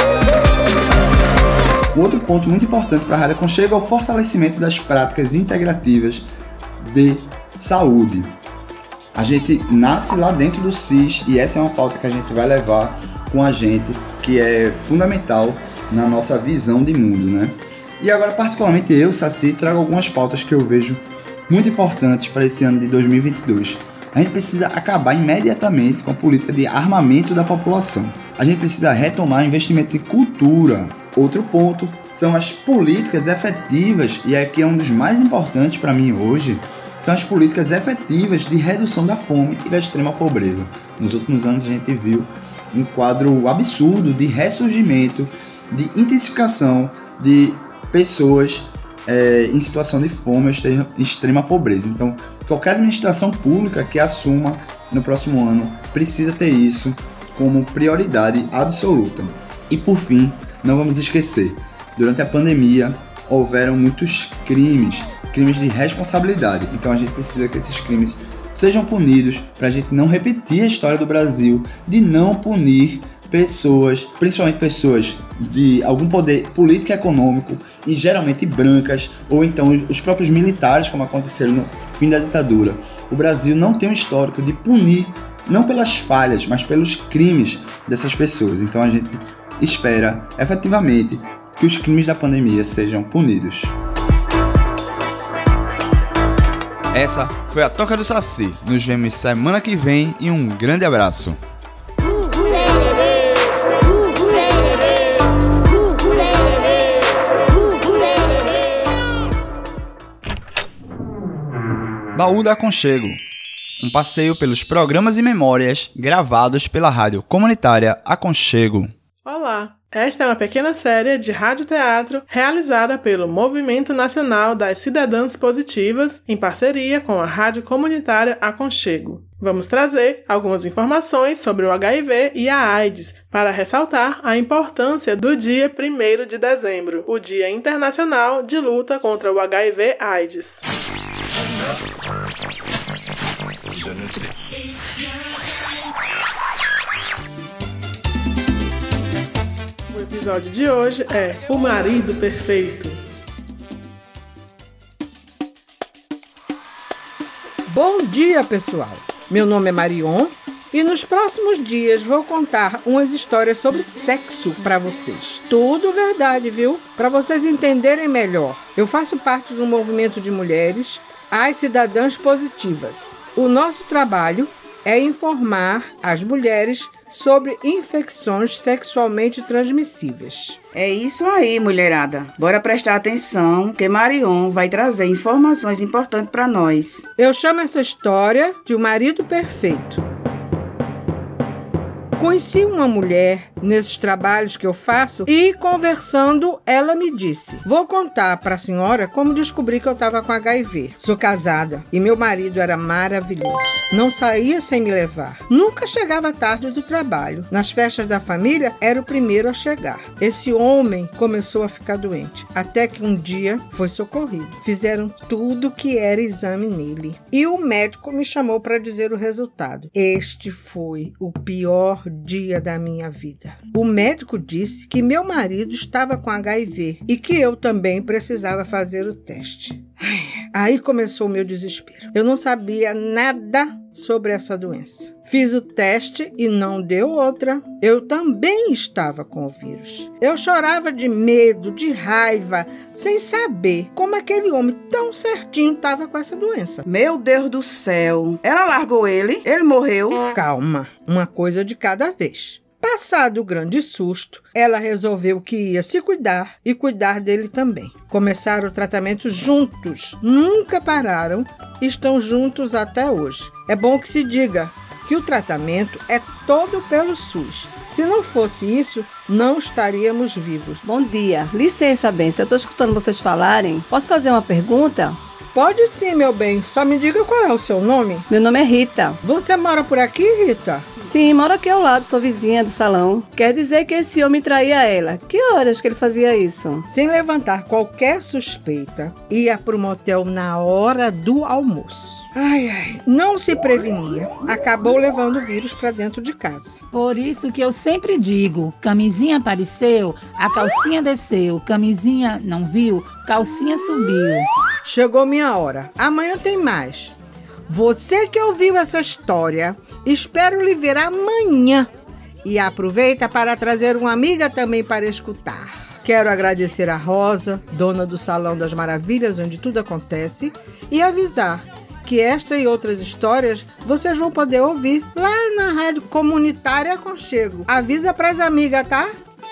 Um outro ponto muito importante para a Rádio Aconchego é o fortalecimento das práticas integrativas de saúde. A gente nasce lá dentro do S I S e essa é uma pauta que a gente vai levar com a gente, que é fundamental na nossa visão de mundo, né? E agora, particularmente eu, Saci, trago algumas pautas que eu vejo muito importantes para esse ano de dois mil e vinte e dois. A gente precisa acabar imediatamente com a política de armamento da população. A gente precisa retomar investimentos em cultura. Outro ponto são as políticas efetivas, e aqui é um dos mais importantes para mim hoje, são as políticas efetivas de redução da fome e da extrema pobreza. Nos últimos anos a gente viu um quadro absurdo de ressurgimento, de intensificação de pessoas é, em situação de fome e extrema pobreza. Então, qualquer administração pública que assuma no próximo ano precisa ter isso como prioridade absoluta. E por fim, não vamos esquecer, durante a pandemia houveram muitos crimes, crimes de responsabilidade. Então a gente precisa que esses crimes sejam punidos para a gente não repetir a história do Brasil de não punir pessoas, principalmente pessoas de algum poder político e econômico e geralmente brancas, ou então os próprios militares, como aconteceu no fim da ditadura. O Brasil não tem um histórico de punir, não pelas falhas, mas pelos crimes dessas pessoas. Então a gente espera efetivamente que os crimes da pandemia sejam punidos. Essa foi a Toca do Saci. Nos vemos semana que vem e um grande abraço. Baú da Aconchego, um passeio pelos programas e memórias gravados pela rádio comunitária Aconchego. Olá, esta é uma pequena série de radioteatro realizada pelo Movimento Nacional das Cidadãs Positivas em parceria com a rádio comunitária Aconchego. Vamos trazer algumas informações sobre o H I V e a AIDS para ressaltar a importância do dia primeiro de dezembro, o Dia Internacional de Luta contra o H I V AIDS. O episódio de hoje é O Marido Perfeito. Bom dia, pessoal! Meu nome é Marion E nos próximos dias vou contar umas histórias sobre sexo para vocês. Tudo verdade, viu? Para vocês entenderem melhor. Eu faço parte de um movimento de mulheres, as cidadãs positivas. O nosso trabalho é informar as mulheres sobre infecções sexualmente transmissíveis. É isso aí, mulherada. Bora prestar atenção, que Marion vai trazer informações importantes para nós. Eu chamo essa história de O Marido Perfeito. Conheci uma mulher nesses trabalhos que eu faço e, conversando, ela me disse: vou contar para a senhora como descobri que eu estava com H I V. Sou casada e meu marido era maravilhoso. Não saía sem me levar. Nunca chegava tarde do trabalho. Nas festas da família, era o primeiro a chegar. Esse homem começou a ficar doente, até que um dia foi socorrido. Fizeram tudo que era exame nele. E o médico me chamou para dizer o resultado. Este foi o pior dia da minha vida. O médico disse que meu marido estava com H I V e que eu também precisava fazer o teste. Aí começou o meu desespero. Eu não sabia nada sobre essa doença. Fiz o teste e não deu outra. Eu também estava com o vírus. Eu chorava de medo, de raiva, sem saber como aquele homem tão certinho estava com essa doença. Meu Deus do céu. Ela largou ele? Ele morreu? Calma, uma coisa de cada vez. Passado o grande susto, ela resolveu que ia se cuidar e cuidar dele também. Começaram o tratamento juntos, nunca pararam, estão juntos até hoje. É bom que se diga que o tratamento é todo pelo SUS. Se não fosse isso, não estaríamos vivos. Bom dia. Licença, Bênção. Eu estou escutando vocês falarem. Posso fazer uma pergunta? Pode sim, meu bem. Só me diga qual é o seu nome. Meu nome é Rita. Você mora por aqui, Rita? Sim, moro aqui ao lado. Sou vizinha do salão. Quer dizer que esse homem traía ela. Que horas que ele fazia isso? Sem levantar qualquer suspeita, ia pro motel na hora do almoço. Ai, ai, não se prevenia. Acabou levando o vírus para dentro de casa. Por isso que eu sempre digo, camisinha apareceu, a calcinha desceu, camisinha não viu, calcinha subiu. Chegou minha hora. Amanhã tem mais. Você que ouviu essa história, espero lhe ver amanhã. E aproveita para trazer uma amiga também para escutar. Quero agradecer a Rosa, dona do Salão das Maravilhas, onde tudo acontece, e avisar que esta e outras histórias vocês vão poder ouvir lá na Rádio Comunitária Aconchego. Avisa pras amigas, tá?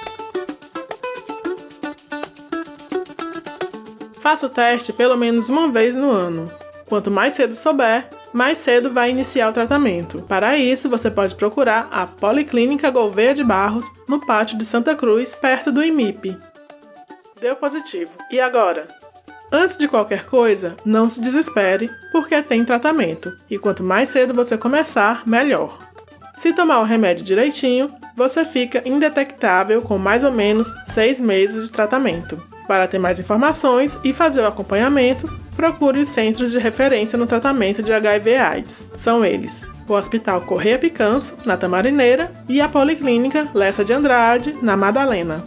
Faça o teste pelo menos uma vez no ano. Quanto mais cedo souber, mais cedo vai iniciar o tratamento. Para isso, você pode procurar a Policlínica Gouveia de Barros, no pátio de Santa Cruz, perto do I M I P. Deu positivo. E agora? Antes de qualquer coisa, não se desespere, porque tem tratamento. E quanto mais cedo você começar, melhor. Se tomar o remédio direitinho, você fica indetectável com mais ou menos seis meses de tratamento. Para ter mais informações e fazer o acompanhamento, procure os centros de referência no tratamento de H I V AIDS. São eles: o Hospital Correia Picanço, na Tamarineira, e a Policlínica Lessa de Andrade, na Madalena.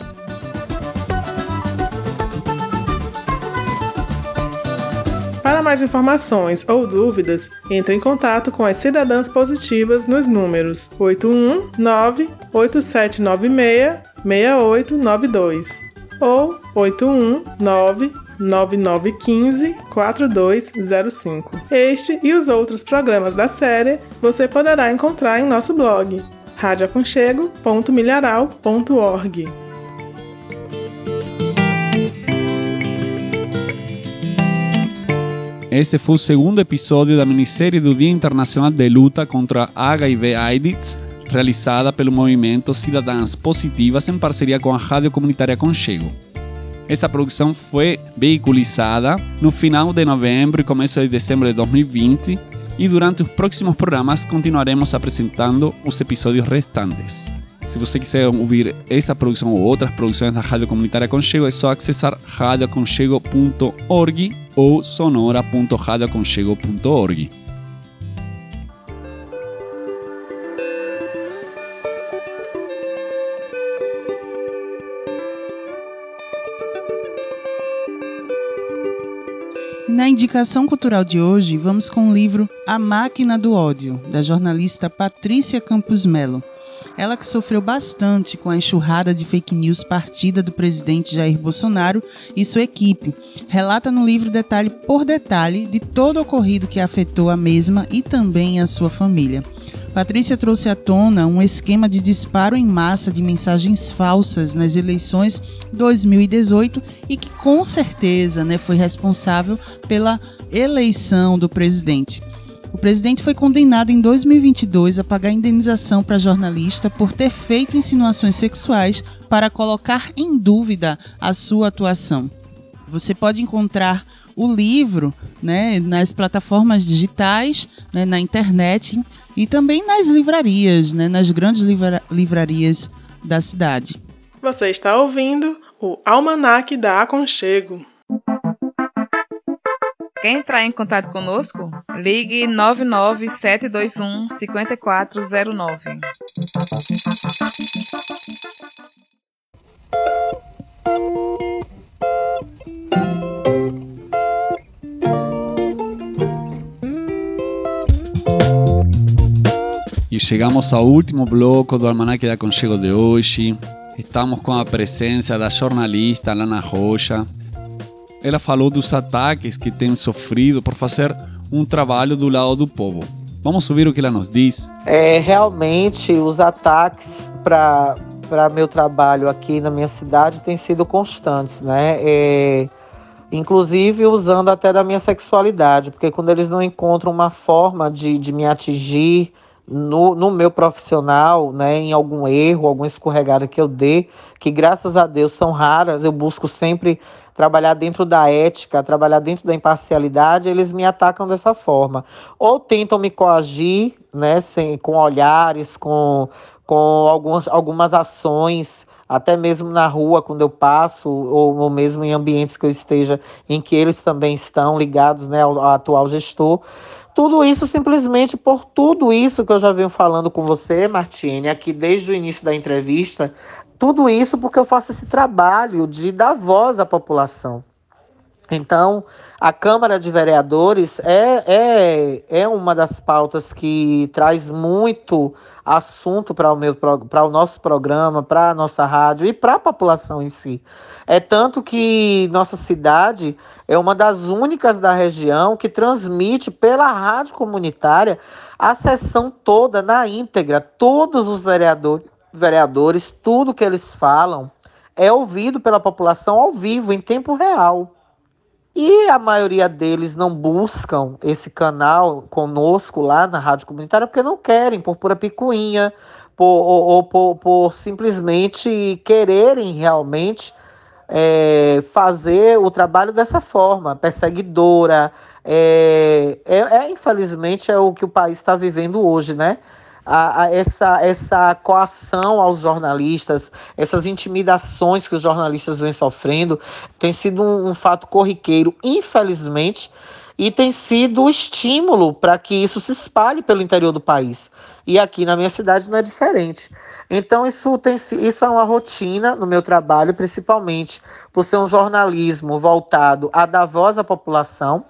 Para mais informações ou dúvidas, entre em contato com as Cidadãs Positivas nos números oito um nove, oito sete nove seis, seis oito nove dois ou oito um nove, nove nove um cinco, quatro dois zero cinco. Este e os outros programas da série você poderá encontrar em nosso blog rádio aconchego ponto milharal ponto org. Esse foi o segundo episódio da minissérie do Dia Internacional de Luta contra H I V AIDS, realizada pelo movimento Cidadãs Positivas em parceria com a Rádio Comunitária Aconchego. Essa produção foi veiculizada no final de novembro e começo de dezembro de dois mil e vinte, e durante os próximos programas continuaremos apresentando os episódios restantes. Se você quiser ouvir essa produção ou outras produções da Rádio Comunitária Aconchego, é só acessar radio aconchego ponto org ou sonora ponto radio aconchego ponto org. E Na indicação cultural de hoje, vamos com o livro A Máquina do Ódio, da jornalista Patrícia Campos Melo. Ela que sofreu bastante com a enxurrada de fake news partida do presidente Jair Bolsonaro e sua equipe, relata no livro detalhe por detalhe de todo o ocorrido que afetou a mesma e também a sua família. Patrícia trouxe à tona um esquema de disparo em massa de mensagens falsas nas eleições dois mil e dezoito e que com certeza, né, foi responsável pela eleição do presidente. O presidente foi condenado em dois mil e vinte e dois a pagar indenização para a jornalista por ter feito insinuações sexuais para colocar em dúvida a sua atuação. Você pode encontrar o livro, né, nas plataformas digitais, né, na internet e também nas livrarias, né, nas grandes livra- livrarias da cidade. Você está ouvindo o Almanaque da Aconchego. Quer entrar em contato conosco? Ligue nove nove sete dois um cinco quatro zero nove. E chegamos ao último bloco do Almanaque da Aconchego de hoje. Estamos com a presença da jornalista Alana Rocha. Ela falou dos ataques que tem sofrido por fazer um trabalho do lado do povo. Vamos ouvir o que ela nos diz. É, realmente, os ataques para para meu trabalho aqui na minha cidade têm sido constantes, né? É, inclusive usando até da minha sexualidade, porque quando eles não encontram uma forma de, de me atingir no, no meu profissional, né, em algum erro, alguma escorregada que eu dê, que graças a Deus são raras, eu busco sempre trabalhar dentro da ética, trabalhar dentro da imparcialidade, eles me atacam dessa forma. Ou tentam me coagir, né, sem, com olhares, com, com algumas, algumas ações, até mesmo na rua, quando eu passo, ou, ou mesmo em ambientes que eu esteja, em que eles também estão ligados, né, ao, ao atual gestor. Tudo isso simplesmente por tudo isso que eu já venho falando com você, Martine, aqui desde o início da entrevista. Tudo isso porque eu faço esse trabalho de dar voz à população. Então, a Câmara de Vereadores é, é, é uma das pautas que traz muito assunto para o, meu, para o nosso programa, para a nossa rádio e para a população em si. É tanto que nossa cidade é uma das únicas da região que transmite pela rádio comunitária a sessão toda na íntegra. Todos os vereadores, vereadores, tudo que eles falam é ouvido pela população ao vivo, em tempo real. E a maioria deles não buscam esse canal conosco lá na rádio comunitária porque não querem, por pura picuinha, por, ou, ou por, por simplesmente quererem realmente é, fazer o trabalho dessa forma, perseguidora. É, é, é, infelizmente, é o que o país está vivendo hoje, né? A, a, essa, essa coação aos jornalistas, essas intimidações que os jornalistas vêm sofrendo, tem sido um, um fato corriqueiro, infelizmente, e tem sido um estímulo para que isso se espalhe pelo interior do país. E aqui na minha cidade não é diferente. Então isso, tem, isso é uma rotina no meu trabalho, principalmente por ser um jornalismo voltado a dar voz à população.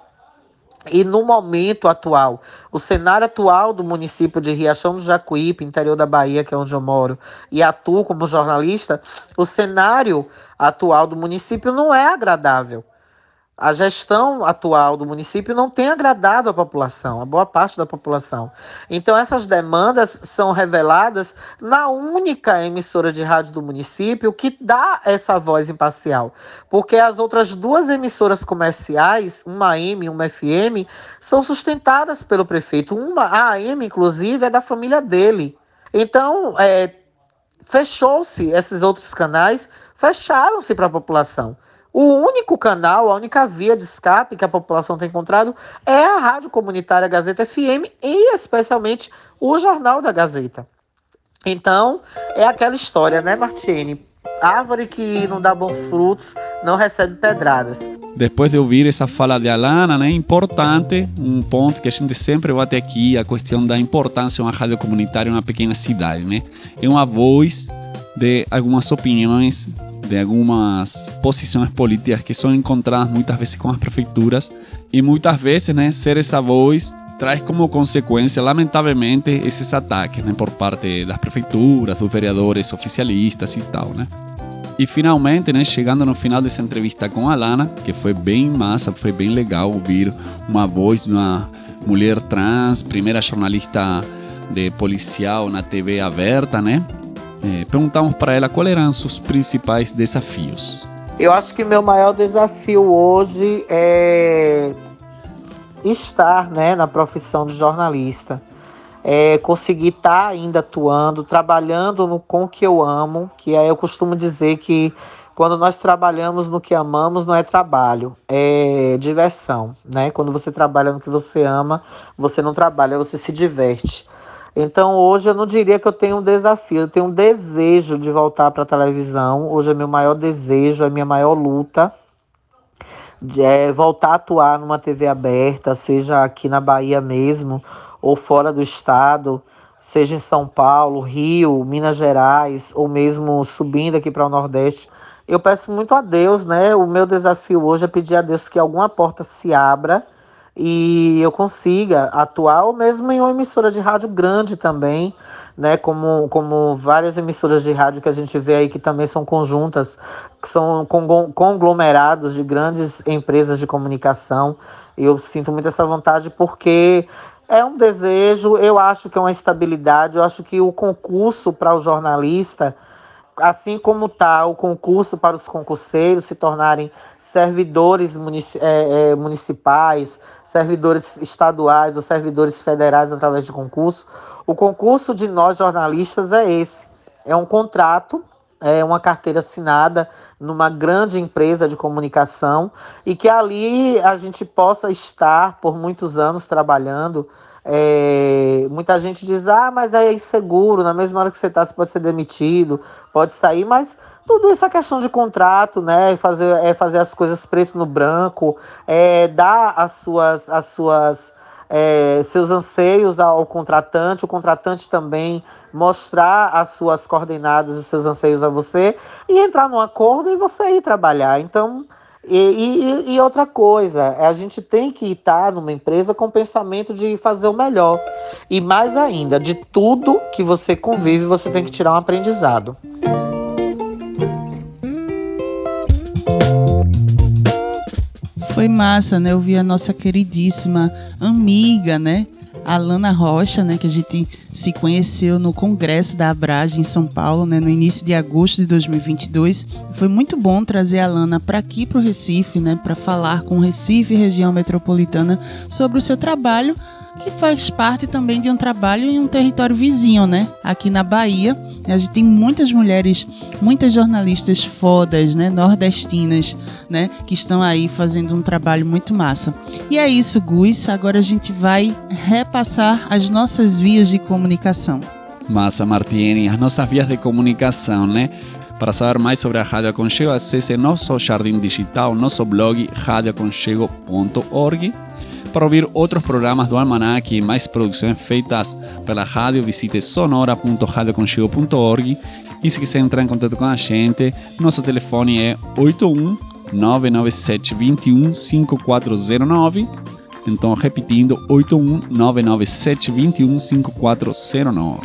E no momento atual, o cenário atual do município de Riachão do Jacuípe, interior da Bahia, que é onde eu moro, e atuo como jornalista, o cenário atual do município não é agradável. A gestão atual do município não tem agradado a população, a boa parte da população. Então essas demandas são reveladas na única emissora de rádio do município que dá essa voz imparcial. Porque as outras duas emissoras comerciais, uma A M e uma F M, são sustentadas pelo prefeito. Uma A A M, inclusive, é da família dele. Então, é, fechou-se esses outros canais, fecharam-se para a população. O único canal, a única via de escape que a população tem encontrado é a Rádio Comunitária Gazeta F M e especialmente o Jornal da Gazeta. Então, é aquela história, né, Martine? Árvore que não dá bons frutos não recebe pedradas. Depois de ouvir essa fala de Alana, né, importante, um ponto que a gente sempre bate aqui, a questão da importância de uma rádio comunitária em uma pequena cidade, né? É uma voz de algumas opiniões, de algumas posições políticas que são encontradas muitas vezes com as prefeituras E muitas vezes, né, ser essa voz traz como consequência, lamentavelmente, esses ataques, né, por parte das prefeituras, dos vereadores oficialistas e tal, né? E finalmente, né, chegando no final dessa entrevista com a Alana, que foi bem massa, foi bem legal ouvir uma voz de uma mulher trans, primeira jornalista de policial na T V aberta, né? É, perguntamos para ela quais eram seus principais desafios. Eu acho que meu maior desafio hoje é estar, né, na profissão de jornalista. É conseguir estar ainda atuando, trabalhando no, com o que eu amo, que aí eu costumo dizer que quando nós trabalhamos no que amamos, não é trabalho, é diversão, né? Quando você trabalha no que você ama, você não trabalha, você se diverte. Então hoje eu não diria que eu tenho um desafio, eu tenho um desejo de voltar para a televisão. Hoje é meu maior desejo, é minha maior luta, de é, voltar a atuar numa T V aberta, seja aqui na Bahia mesmo, ou fora do estado, seja em São Paulo, Rio, Minas Gerais, ou mesmo subindo aqui para o Nordeste. Eu peço muito a Deus, né? O meu desafio hoje é pedir a Deus que alguma porta se abra e eu consiga atuar, ou mesmo em uma emissora de rádio grande também, né? Como, como várias emissoras de rádio que a gente vê aí que também são conjuntas, que são conglomerados de grandes empresas de comunicação. Eu sinto muito essa vontade porque é um desejo, eu acho que é uma estabilidade, eu acho que o concurso para o jornalista, assim como está o concurso para os concurseiros se tornarem servidores munici- é, é, municipais, servidores estaduais ou servidores federais através de concurso, o concurso de nós jornalistas é esse. É um contrato, é uma carteira assinada numa grande empresa de comunicação e que ali a gente possa estar por muitos anos trabalhando. É, muita gente diz, ah, mas é inseguro, na mesma hora que você está, você pode ser demitido, pode sair, mas tudo isso é questão de contrato, né? Fazer, é fazer as coisas preto no branco, é dar as suas, as suas, é, seus anseios ao contratante, o contratante também mostrar as suas coordenadas, os seus anseios a você e entrar num acordo e você ir trabalhar. Então, E, e, e outra coisa, a gente tem que estar numa empresa com o pensamento de fazer o melhor. E mais ainda, de tudo que você convive, você tem que tirar um aprendizado. Foi massa, né? Eu vi a nossa queridíssima amiga, né? Alana Rocha, né, que a gente se conheceu no Congresso da Abrage em São Paulo, né, no início de agosto de dois mil e vinte e dois. Foi muito bom trazer a Alana para aqui, para o Recife, né, para falar com o Recife e região metropolitana sobre o seu trabalho, que faz parte também de um trabalho em um território vizinho, né, aqui na Bahia. A gente tem muitas mulheres, muitas jornalistas fodas, né, nordestinas, né, que estão aí fazendo um trabalho muito massa. E é isso, Gus. Agora a gente vai repassar as nossas vias de comunicação. Massa, Martiene, as nossas vias de comunicação, né? Para saber mais sobre a Rádio Aconchego, acesse nosso jardim digital, nosso blog rádio aconchego ponto org. Para ouvir outros programas do Almanac e mais produções feitas pela rádio, visite sonora ponto radio aconchego ponto org. E se quiser entrar em contato com a gente, nosso telefone é oito um nove nove sete dois um cinco quatro zero nove. Então, repetindo, oito um nove nove sete dois um cinco quatro zero nove.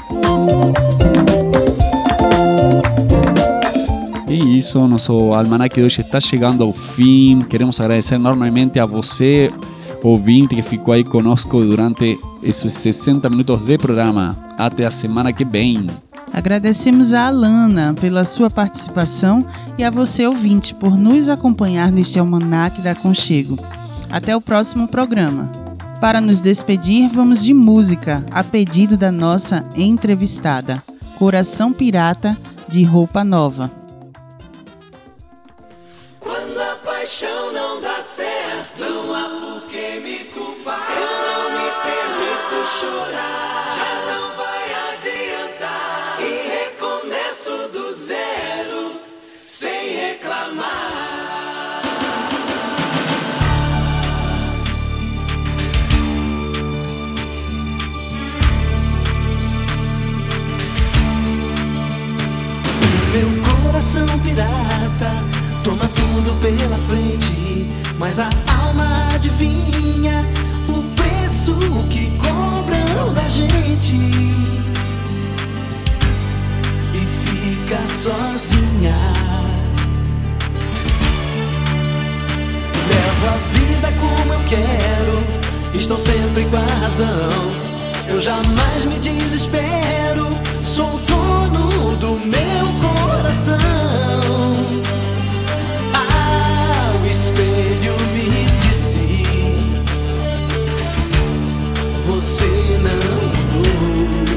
E isso, nosso Almanac de hoje está chegando ao fim. Queremos agradecer enormemente a você, ouvinte, que ficou aí conosco durante esses sessenta minutos de programa. Até a semana que vem. Agradecemos a Alana pela sua participação e a você, ouvinte, por nos acompanhar neste Almanac da Aconchego. Até o próximo programa. Para nos despedir, vamos de música, a pedido da nossa entrevistada, Coração Pirata, de Roupa Nova. Quando a paixão não dá certo, não há por que me culpar. Eu não me permito chorar, já não vai adiantar. E recomeço do zero, sem reclamar. Meu coração pirata toma tudo pela frente. mas a alma adivinha o preço que cobram da gente e fica sozinha. Levo a vida como eu quero, estou sempre com a razão. Eu jamais me desespero, sou dono do meu coração. Ah, o espelho me disse: você não mudou.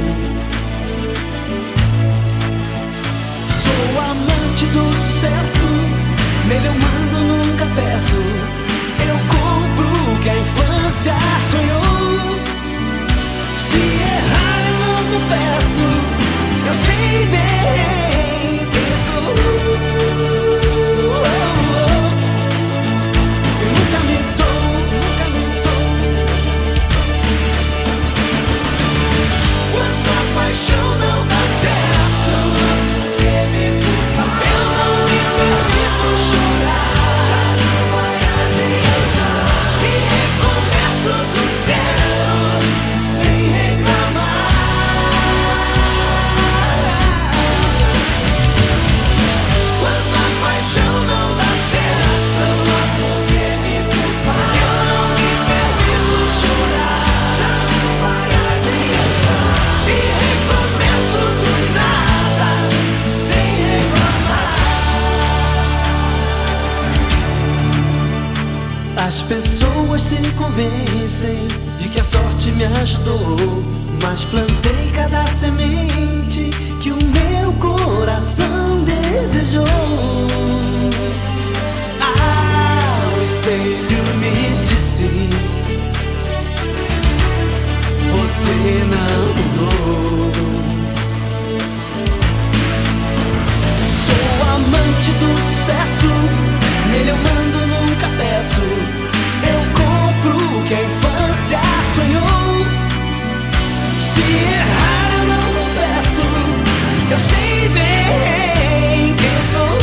Sou amante do sucesso, nele eu mando, nunca peço. Eu compro o que a infância sonhou. Se errar eu não confesso, eu sei bem quem sou. Eu nunca me dou, nunca me dou. Quando a paixão não dá certo, porque me culpa, eu não me permito chorar. Já não vai adiantar e recomeço do zero, sem reclamar. Quando a paixão não dá certo, porque me culpa, eu não me permito chorar. Já não vai adiantar e recomeço do nada, sem reclamar. As pessoas se convencem de que a sorte me ajudou, mas plantei cada semente que o meu coração desejou. Ah, o espelho me disse: você não mudou. Sou amante do sucesso, nele eu mando, nunca peço. Eu compro o que a infância sonhou. Se errar eu não confesso, eu sei bem quem sou.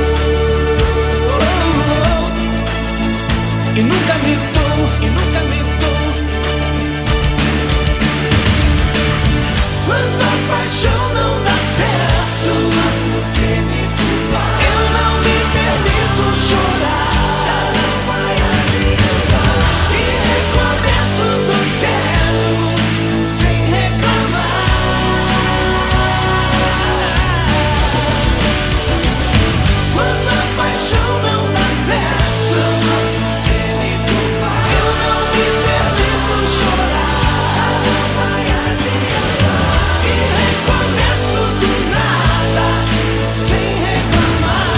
E nunca me dou, e nunca me dou. Quando a paixão não dá certo, porque me culpa, eu não me permito chorar. Já não vai adiantar e recomeço do zero, sem reclamar. Quando a paixão não dá certo, porque me culpa, eu não me permito chorar. Já não vai adiantar e recomeço do nada, sem reclamar.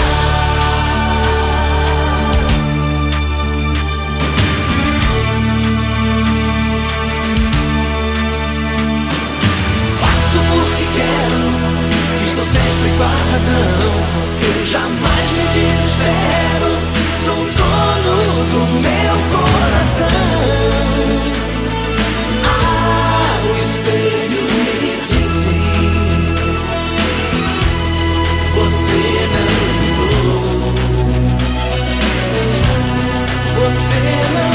Faço porque quero, estou sempre com a razão. Eu jamais me desespero, sou dono do meu coração. Ah, o espelho me disse: você não mudou. Você não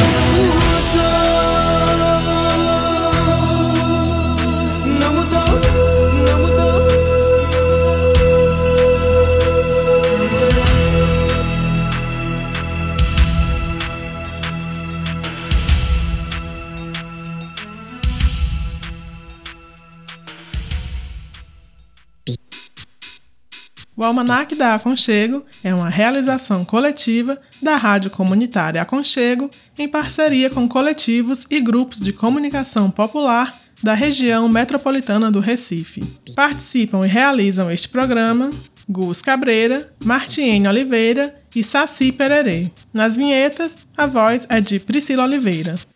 mudou. Não mudou, não mudou. O Almanaque da Aconchego é uma realização coletiva da Rádio Comunitária Aconchego em parceria com coletivos e grupos de comunicação popular da região metropolitana do Recife. Participam e realizam este programa Gus Cabreira, Martiene Oliveira e Saci Pererê. Nas vinhetas, a voz é de Priscila Oliveira.